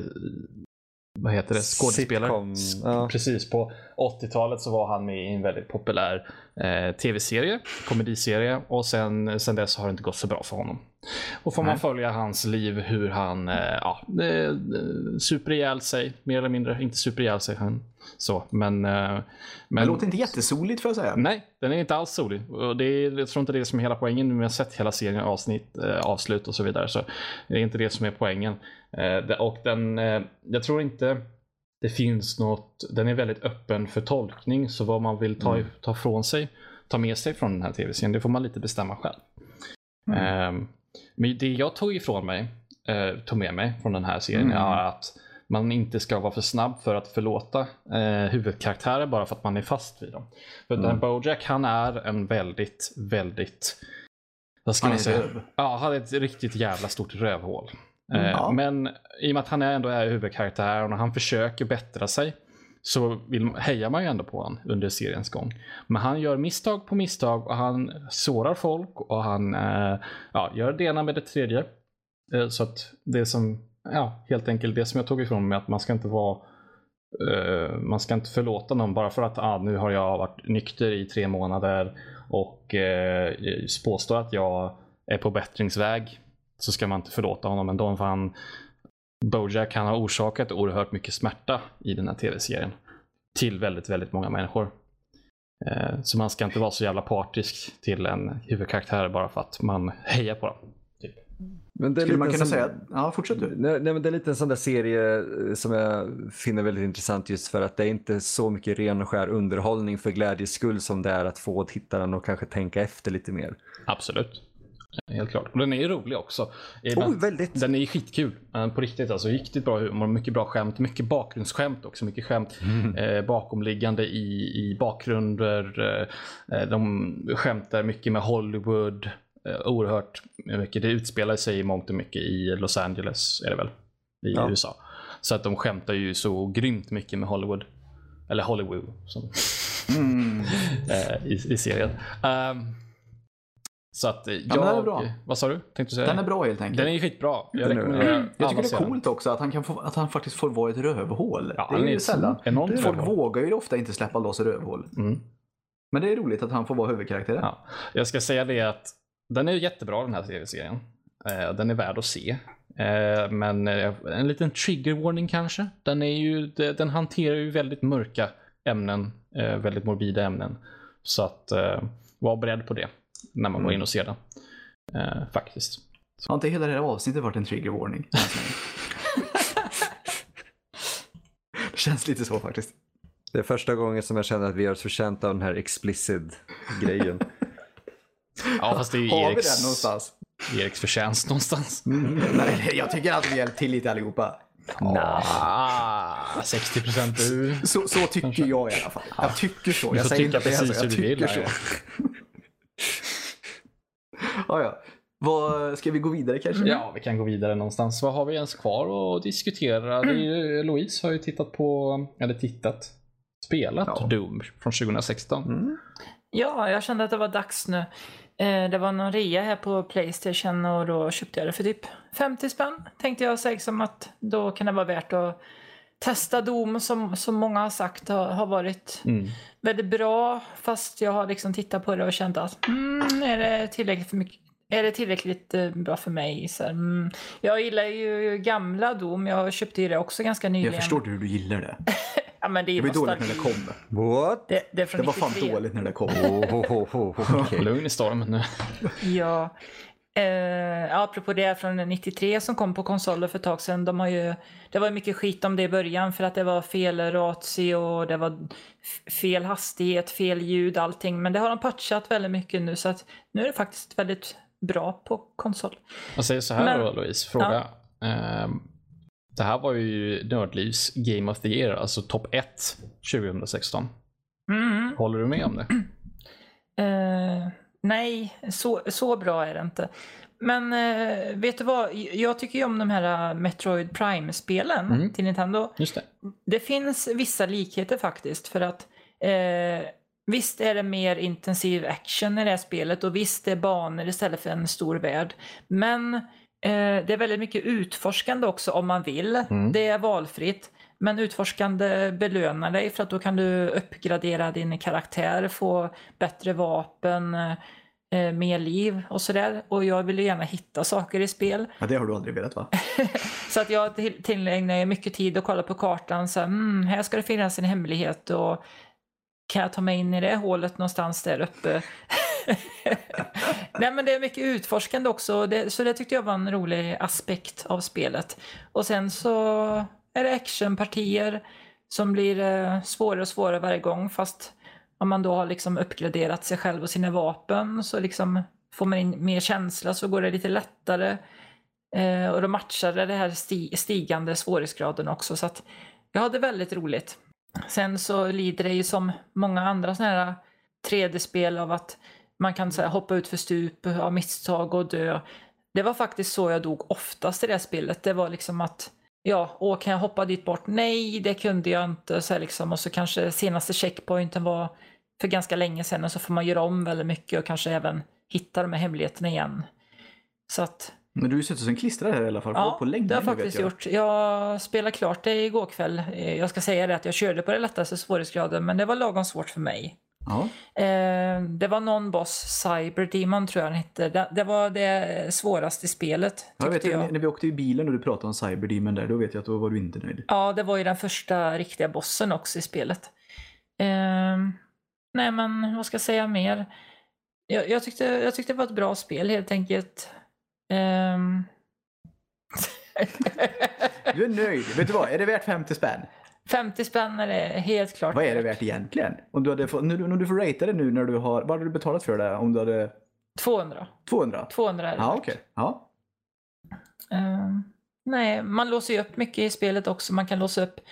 skådespelare. Precis, på 80-talet så var han med i en väldigt populär tv-serie, komediserie, och sen dess har det inte gått så bra för honom. Och får man följa hans liv, hur han super ihjäl sig, mer eller mindre, inte super ihjäl sig men det låter inte jättesoligt för att säga. Nej, den är inte alls solig. Och jag tror inte det är det som är hela poängen. Vi har sett hela serien, avslut och så vidare, så det är inte det som är poängen. Och jag tror inte det finns något. Den är väldigt öppen för tolkning, så vad man vill ta med sig från den här tv-serien, det får man lite bestämma själv. Men det jag tog med mig från den här serien är att man inte ska vara för snabb för att förlåta huvudkaraktärer bara för att man är fast vid dem. För den BoJack, han är en väldigt, väldigt, Vad ska man säga? Röv. Ja, han hade ett riktigt jävla stort rövhål. Men i och med att han ändå är huvudkaraktär och när han försöker bättra sig så hejar man ju ändå på honom under seriens gång. Men han gör misstag på misstag och han sårar folk och han gör det ena med det tredje. Så att det som, helt enkelt det som jag tog ifrån mig, att man ska inte vara man ska inte förlåta någon bara för att nu har jag varit nykter i 3 månader och påstår att jag är på bättringsväg, så ska man inte förlåta honom ändå, för Bojack kan ha orsakat oerhört mycket smärta i den här tv-serien till väldigt, väldigt många människor. Så man ska inte vara så jävla partisk till en huvudkaraktär bara för att man hejar på dem. Typ. Men det är Skulle man kunna säga, fortsätt du. Nej, men det är lite en sån där serie som jag finner väldigt intressant, just för att det är inte så mycket ren och skär underhållning för glädjes skull som det är att få tittaren och kanske tänka efter lite mer. Absolut. Helt klart. Och den är ju rolig också. Väldigt. Den är ju skitkul. På riktigt, alltså riktigt bra humor, mycket bra skämt, mycket bakgrundsskämt också, mycket skämt bakomliggande i bakgrunder. De skämtar mycket med Hollywood, oerhört mycket. Det utspelar sig i mångt och mycket i Los Angeles är det väl, i USA. Så att de skämtar ju så grymt mycket med Hollywood. Eller Hollywood som i serien. Så att den är bra. Vad sa du? Tänkte säga? Den är bra helt enkelt. Den är ju skitbra. Jag tycker det är coolt också att han faktiskt får vara ett rövhål. Ja, det är ju sällan. Folk rövhål. vågar ju ofta inte släppa loss rövhål. Men det är roligt att han får vara huvudkaraktär. Ja. Jag ska säga det att den är jättebra, den här tv-serien. Den är värd att se. Men en liten trigger warning kanske. Den hanterar ju väldigt mörka ämnen, väldigt morbida ämnen. Så att var beredd på det när man går in och ser den. Faktiskt. Har inte hela det här avsnittet varit en trigger warning? Det känns lite så faktiskt. Det är första gången som jag känner att vi har förtjänt av den här explicit-grejen. Ja, fast det är ju Har vi den någonstans? Eriks förtjänst någonstans. Nej, jag tycker att vi hjälpt till lite allihopa. 60% du. Så tycker jag i alla fall. Jag tycker så. Jag säger inte att det är så. Jag tycker så. Ja. Ska vi gå vidare kanske? Ja, vi kan gå vidare någonstans. Vad har vi ens kvar att diskutera? Louise har ju spelat Doom från 2016. Ja, jag kände att det var dags nu. Det var någon rea här på PlayStation och då köpte jag det för typ 50 spänn. Tänkte jag säga som att då kan det vara värt att testa Doom som många har sagt har varit väldigt bra. Fast jag har liksom tittat på det och känt att är det tillräckligt för mycket? Är det tillräckligt bra för mig? Så jag gillar ju gamla Doom. Jag köpte ju det också ganska nyligen. Jag förstår hur du gillar det. Ja, men det var dåligt när det kom. What? Det var fan dåligt när det kom. Okay. Lugn i stormen nu. Ja. Apropå det från 93 som kom på konsoler för ett tag sedan. Det var mycket skit om det i början för att det var fel ratio och det var fel hastighet, fel ljud, allting. Men det har de patchat väldigt mycket nu, så att nu är det faktiskt väldigt bra på konsol. Jag säger så här då, Louise, fråga. Ja. Det här var ju Nördlivs Game of the Year, alltså topp 1 2016. Håller du med om det? Nej, så bra är det inte. Men vet du vad? Jag tycker ju om de här Metroid Prime-spelen till Nintendo. Just det. Det finns vissa likheter faktiskt, för att visst är det mer intensiv action i det här spelet och visst är banor istället för en stor värld. Men det är väldigt mycket utforskande också om man vill. Det är valfritt. Men utforskande belönar dig för att då kan du uppgradera din karaktär, få bättre vapen, mer liv och sådär. Och jag vill gärna hitta saker i spel. Ja, det har du aldrig velat, va? Så att jag tillägnar mycket tid och kollar på kartan. Så här ska det finnas en hemlighet och kan jag ta mig in i det hålet någonstans där uppe? Nej, men det är mycket utforskande också. Så det tyckte jag var en rolig aspekt av spelet. Och sen så är det actionpartier som blir svårare och svårare varje gång. Fast om man då har liksom uppgraderat sig själv och sina vapen så liksom får man in mer känsla, så går det lite lättare. Och då matchar det här stigande svårighetsgraden också. Så att jag hade väldigt roligt. Sen så lider det ju som många andra såna här 3D-spel av att man kan så här, hoppa ut för stup av misstag och dö. Det var faktiskt så jag dog oftast i det här spelet. Det var liksom att kan jag hoppa dit bort? Nej, det kunde jag inte. Så här liksom. Och så kanske senaste checkpointen var för ganska länge sedan och så får man göra om väldigt mycket och kanske även hitta de här hemligheterna igen. Så att... Men du har ju suttit som klistrad här i alla fall på länge. Det har jag faktiskt gjort. Jag spelade klart det igår kväll. Jag ska säga det att jag körde på det lättaste svårighetsgraden, men det var lagom svårt för mig. Ja. Det var någon boss, Cyber Demon tror jag han hette. Det var det svåraste i spelet. Jag vet, när vi åkte i bilen och du pratade om Cyber Demon där, då vet jag att då var du inte nöjd. Ja, det var ju den första riktiga bossen också i spelet. Nej, men vad ska jag säga mer? Jag tyckte det var ett bra spel helt enkelt. Du är nöjd. Vet du vad? Är det värt 50 spänn? 50 spänn är det helt klart. Vad är det värt egentligen? Om du får ratea det nu när du har... Vad hade du betalat för det? Om du hade... 200. 200? 200 är det. Ja, okej. Ja. Nej, man låser ju upp mycket i spelet också. Man kan låsa upp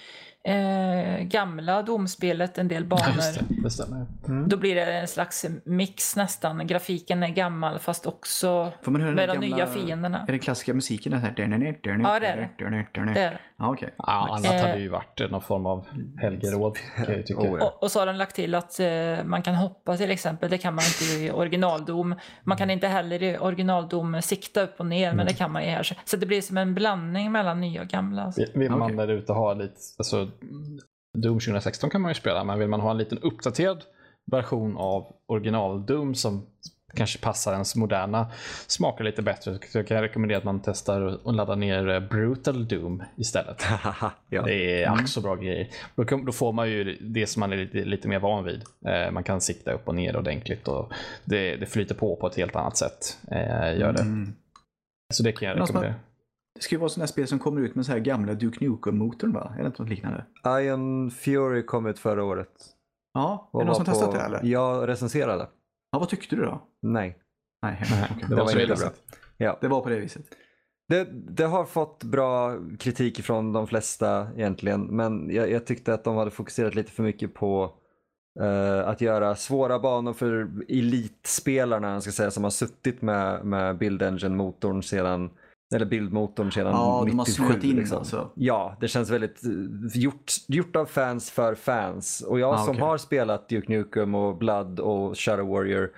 gamla domspelet, en del banor. Just det stämmer. Då blir det en slags mix nästan. Grafiken är gammal fast också med de nya fienderna. Är det klassiska musiken? Ja, det är det. Ja, okej. Ja, annat hade ju varit någon form av helgeråd, kan jag tycka. Och så har de lagt till att man kan hoppa till exempel. Det kan man inte i originaldom. Man kan inte heller i originaldom sikta upp och ner, men det kan man ju här. Så det blir som en blandning mellan nya och gamla. Alltså. Vill man där ute ha lite... Alltså, Doom 2016 kan man ju spela, men vill man ha en liten uppdaterad version av original Doom som kanske passar ens moderna smakar lite bättre, så kan jag rekommendera att man testar och laddar ner Brutal Doom istället. Ja. Det är så bra grejer. Då får man ju det som man är lite mer van vid. Man kan sikta upp och ner ordentligt och det flyter på ett helt annat sätt. Gör det. Så det kan jag rekommendera. Det ska ju vara sådana här spel som kommer ut med så här gamla Duke Nukem-motorn, va? Är det inte något liknande? Iron Fury kom ut förra året. Ja, är det någon som testat det eller? Jag recenserade. Ja, vad tyckte du då? Nej. Nej, okay. Det var inte bra. Ja. Det var på det viset. Det har fått bra kritik från de flesta egentligen, men jag tyckte att de hade fokuserat lite för mycket på att göra svåra banor för elitspelarna, ska säga, som har suttit med Build Engine-motorn sedan, eller bildmotorn sedan 97. De har snöat in liksom. alltså. Ja, det känns väldigt gjort av fans för fans. Och jag som har spelat Duke Nukem och Blood och Shadow Warrior,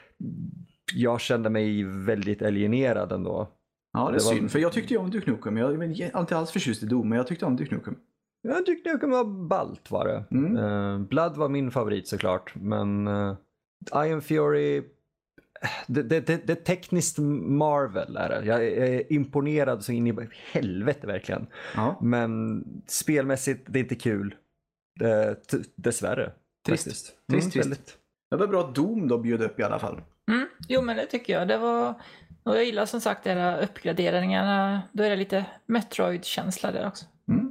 jag kände mig väldigt alienerad ändå. Ja, det är synd. För jag tyckte ju om Duke Nukem. Jag är inte alls förtjust i Doom, men jag tyckte om Duke Nukem. Ja, Duke Nukem var ballt var det. Blood var min favorit såklart. Men Iron Fury... Det är tekniskt marvel är det. Jag är imponerad så in i helvete verkligen. Ja. Men spelmässigt, det är inte kul. Dessvärre. Trist. Det var bra att Doom då bjöd upp i alla fall. Jo, men det tycker jag. Det var... Och jag gillar som sagt era uppgraderingarna. Då är det lite Metroid-känsla där också.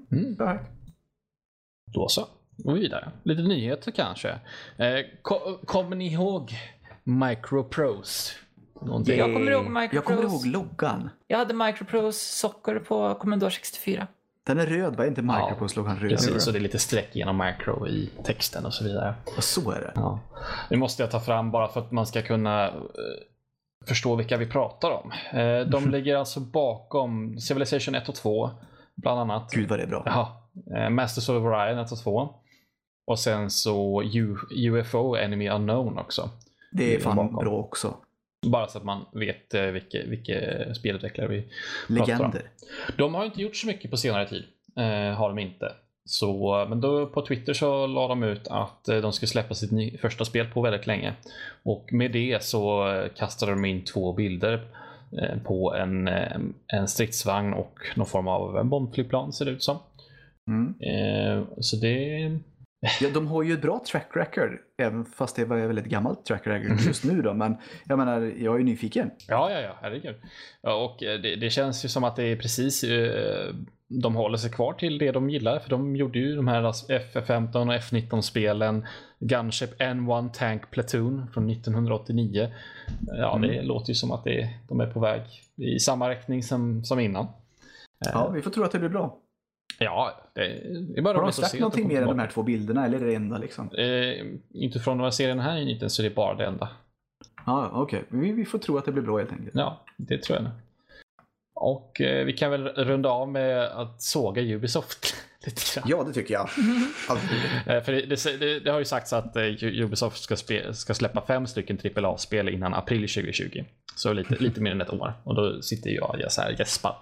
Då så. Och vidare. Lite nyheter kanske. Kommer ni ihåg Microprose? Jag kommer ihåg Microprose. Jag kommer ihåg loggan. Jag hade Microprose socker på Commodore 64. Den är röd, var inte Microprose-loggan röd? Precis, så det är lite streck genom Micro i texten och så vidare. Och så är det. Ja. Det måste jag ta fram bara för att man ska kunna förstå vilka vi pratar om. De ligger alltså bakom Civilization 1 och 2 bland annat. Gud vad det är bra. Ja. Masters of Orion 1 och 2. Och sen så UFO Enemy Unknown också. Det är fan bakom. Bra också. Bara så att man vet vilka spelutvecklare vi Legender. pratar om. De har inte gjort så mycket på senare tid. Har de inte. Så, men då på Twitter så la de ut att de skulle släppa sitt första spel på väldigt länge. Och med det så kastade de in 2 bilder på en stridsvagn och någon form av bombflygplan ser det ut som. Så det... Ja, de har ju ett bra track record, även fast det var ett väldigt gammalt track record just nu då, men jag menar, jag är nyfiken. Ja, herregud. Och det känns ju som att det är precis, de håller sig kvar till det de gillar, för de gjorde ju de här FF15 och F19-spelen, Gunship N1 Tank Platoon från 1989. Ja, det låter ju som att de är på väg i samma riktning som innan. Ja, vi får tro att det blir bra. Ja, det är bara har de släppt någonting mer än de här 2 bilderna, eller är det enda liksom? Inte från några serien här i nyheten, så det är bara det enda. Ja, okej. Vi får tro att det blir bra helt enkelt. Ja, det tror jag nu. Och vi kan väl runda av med att såga Ubisoft lite grann. Ja, det tycker jag. För det har ju sagts att Ubisoft ska släppa 5 stycken AAA-spel innan april 2020. Så lite mer än ett år. Och då sitter jag så här gäspar.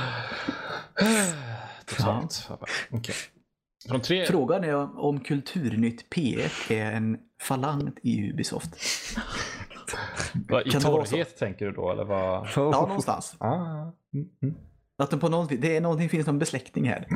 Okay. Frågan är om Kulturnytt P1 är en falang i Ubisoft. I torrhet tänker du då? Eller vad? Ja, någonstans. Att det är någonting, finns någon besläktning här.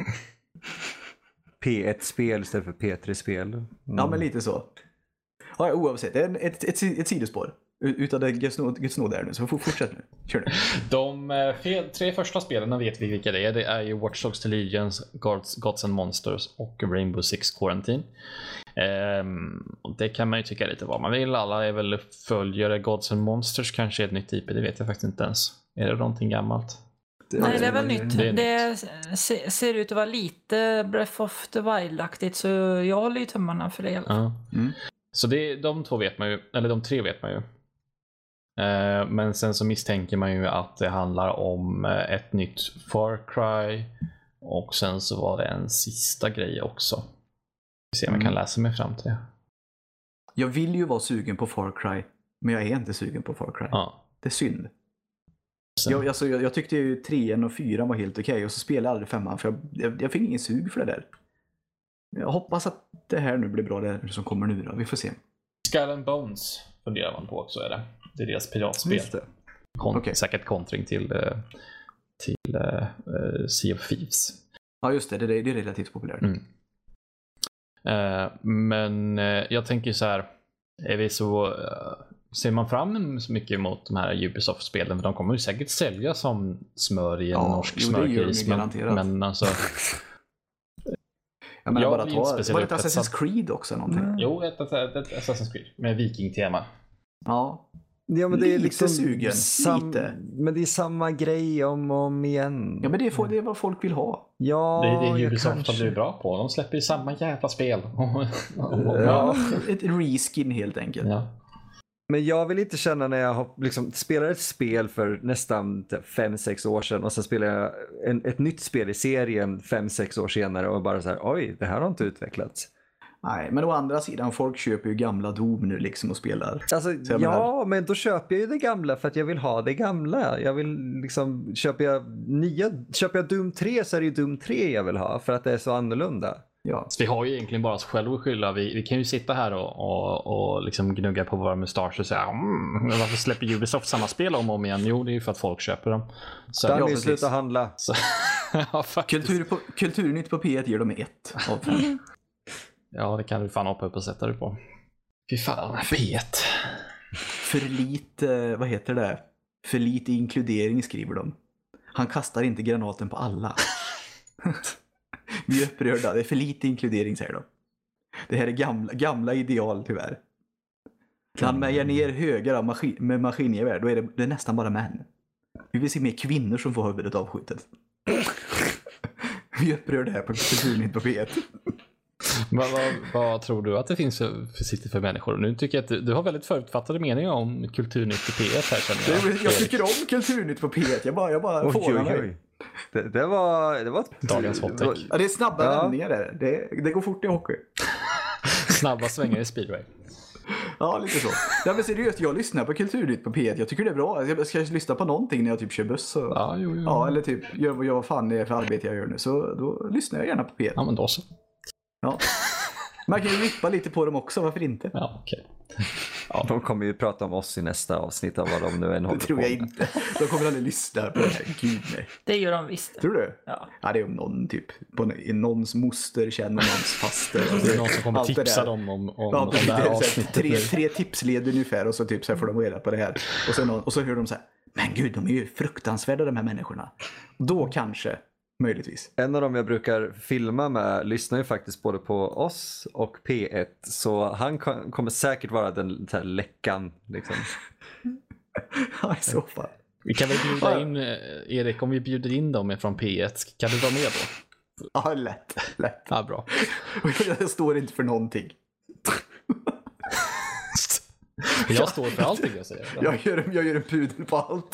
P1-spel istället för P3-spel. Ja, men lite så. Ja, oavsett, det är ett sidospår. Utan det Guds nåd där nu, så fortsätt nu. Kör nu. De 3 första spelen vet vi vilka det är. Det är ju Watch Dogs: Legions, Gods and Monsters och Rainbow Six Quarantine. Det kan man ju tycka lite vad man vill. Alla är väl uppföljare. Gods and Monsters kanske är ett nytt IP, det vet jag faktiskt inte ens. Är det någonting gammalt? Nej, det är väl nytt. Det ser ut att vara lite Breath of the Wild-aktigt, så jag håller ju tummarna för det. Ja. Så de 2 vet man ju, eller de 3 vet man ju. Men sen så misstänker man ju att det handlar om ett nytt Far Cry. Och sen så var det en sista grej också. Vi ser om jag kan läsa mig fram till det. Jag vill ju vara sugen på Far Cry, men jag är inte sugen på Far Cry. Ja. Det är synd. Jag tyckte ju 3 och 4 var helt okej, och så spelade jag aldrig 5 för jag fick ingen sug för det där. Jag hoppas att det här nu blir bra, det som kommer nu då. Vi får se. Skull and Bones funderar man på också, är det. Det är deras piratspel. Säkert kontring till Sea of Thieves. Ja, just det. Det är relativt populärt. Men jag tänker så här, är vi så ser man fram så mycket mot de här Ubisoft-spelen, för de kommer ju säkert sälja som smör i en norsk smörgris, men alltså jag menar, bara var det Assassin's Creed också någonting? Jo, ett Assassin's Creed med viking-tema. Ja, men det är liksom sugen. Lite. Men det är samma grej om igen. Ja, men det är vad folk vill ha. Ja, det är det Ubisoft har blivit bra på. De släpper ju samma jävla spel. Ett reskin helt enkelt. Ja. Men jag vill inte känna när jag har spelar ett spel för nästan 5-6 år sedan och sen spelar jag ett nytt spel i serien 5-6 år senare och bara så här, oj, det här har inte utvecklats. Nej, men å andra sidan, folk köper ju gamla Doom nu liksom och spelar. Alltså, men då köper jag ju det gamla för att jag vill ha det gamla. Jag vill liksom, köper jag Doom 3 så är det ju Doom 3 jag vill ha för att det är så annorlunda. Ja. Så vi har ju egentligen bara oss själva att skylla. Vi kan ju sitta här och liksom gnugga på våra mustascher och säga varför släpper Ubisoft samma spel om och om igen? Jo, det är ju för att folk köper dem. Så där vill sluta handla. Så, ja, Kulturnytt på P1 ger dem 1 av 5. Ja, det kan du fan hoppa upp och sätta dig på. Fy fan, P1. För lite, vad heter det? För lite inkludering skriver de. Han kastar inte granaten på alla. Vi är upprörda, det är för lite inkludering, säger de. Det här är gamla ideal tyvärr. När han mejar ner högar med maskingevär, då är det nästan bara män. Vi vill se mer kvinnor som får huvudet avskjutet. Vi är upprörda här på Kulturnytt på P1. Vad tror du att det finns för människor? Nu tycker jag att du har väldigt förutfattade meningar om Kulturnytt på P1 här, känner jag. Jag tycker om Kulturnytt på P1. Jag bara får mig. Det var dagens hottech. Ja, det är snabba vändningar där. Det går fort i hockey. Snabba svängar i speedway. Ja, lite så. Ja, men seriöst, jag lyssnar på Kulturnytt på P1. Jag tycker det är bra. Jag ska lyssna på någonting när jag typ kör buss. Och, ja, eller typ gör vad fan det är för arbete jag gör nu. Så då lyssnar jag gärna på P1. Ja, men då så. Ja. Man kan ju rippa lite på dem också, varför inte? Ja, okej. Ja, de kommer ju prata om oss i nästa avsnitt av vad de nu än håller på. Det tror jag inte. De kommer aldrig lyssna på det här. Gud, nej. Det gör de visst. Tror du? Ja. Ja, det är om någon typ. Någons moster känner någons faster. Det är någon som kommer tipsa dem om det här avsnittet. Tre tipsled ungefär och så typ så här får de reda på det här. Och så hör de så här, men gud, de är ju fruktansvärda de här människorna. Då kanske, möjligtvis. En av dem jag brukar filma med lyssnar ju faktiskt både på oss och P1. Så han kommer säkert vara den här läckan. Liksom. Ja, i så fall. Vi kan väl bjuda in, Erik, om vi bjuder in dem från P1. Kan du vara med då? Ja, lätt. Ja, bra. Jag står inte för någonting. Jag står för allting jag säger. Jag gör en pudel på allt.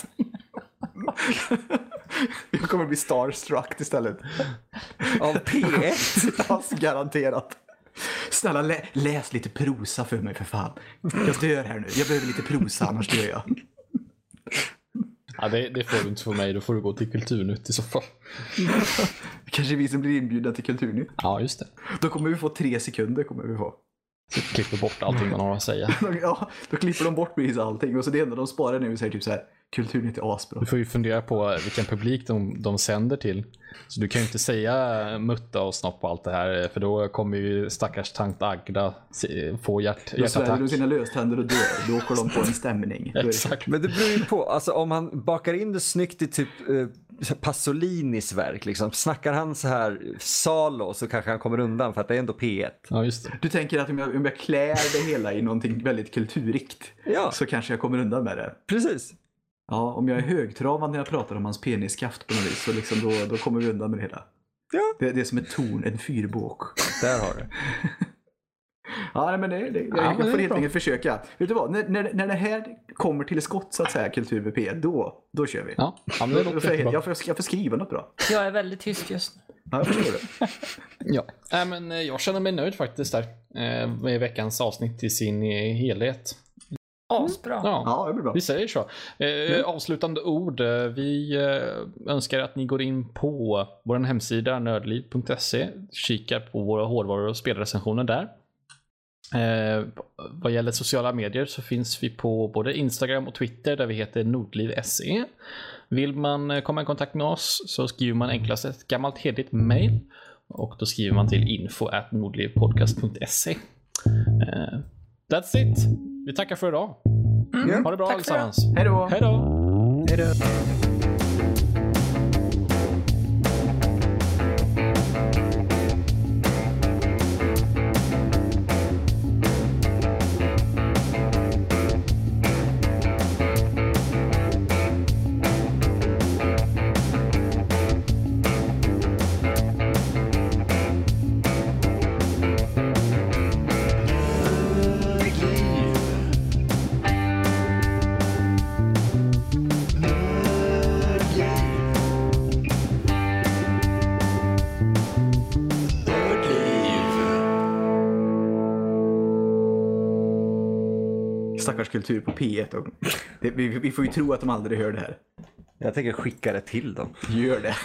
Jag kommer bli starstruck istället. Av P1? Alltså, garanterat. Snälla läs lite prosa för mig för fan. Jag dör här nu. Jag behöver lite prosa, annars dör jag. Ja, det får du inte för mig. Då får du gå till Kulturnytt i så fall. Kanske vi som blir inbjudna till Kulturnytt. Ja, just det. Då kommer vi få 3 sekunder. Kommer vi få. Så klipper bort allting man har att säga. Ja, då klipper de bort precis allting. Och så det enda de sparar nu är typ så här: Kulturnytt är asbra. Du får ju fundera på vilken publik de sänder till. Så du kan ju inte säga mutta och snopp och allt det här. För då kommer ju stackars tant Agda få hjärtattack. Då sväljer de sina löständer och dör. Då åker de på en stämning. Exakt. Men det beror ju på, alltså om han bakar in det snyggt i typ Pasolinis verk liksom. Snackar han så här Salo så kanske han kommer undan för att det är ändå P1. Ja, just det. Du tänker att om jag klär det hela i någonting väldigt kulturrikt, Ja. så kanske jag kommer undan med det. Precis. Ja, om jag är högtravande när jag pratar om hans penisskaft på något vis, så liksom då kommer vi undan med det hela. Ja. Det är som ett torn, en fyrbåk. Där har du. Ja, nej, men jag får helt enkelt försöka. Vet du vad, när det här kommer till skott så att säga, Kultur VP, då kör vi. Ja, men det låter jättebra. Jag får skriva något bra. Jag är väldigt tyst just nu. Ja, jag förstår det. Ja, men jag känner mig nöjd faktiskt där med veckans avsnitt i sin helhet. Asbra. Ja, det blir bra. Vi säger så. Avslutande ord. Vi önskar att ni går in på vår hemsida nördliv.se, kikar på våra hårdvaror och spelrecensioner där. Vad gäller sociala medier så finns vi på både Instagram och Twitter där vi heter nordliv.se. Vill man komma i kontakt med oss så skriver man enklast ett gammalt heligt mail och då skriver man till info@nordlivpodcast.se. That's it. Vi tackar för idag. Ha det bra allesammans. Hej då. Hej då. Hej då. Stackars Kultur på P1. Och vi får ju tro att de aldrig hör det här. Jag tänker skicka det till dem. Gör det.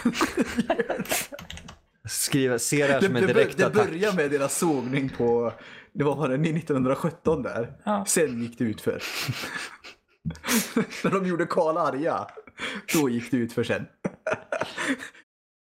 Skriva, se det här som en direktattack. Det börjar med deras sågning på, det var bara 1917 där. Ja. Sen gick det ut för. När de gjorde Karl Arja, då gick det ut för sen.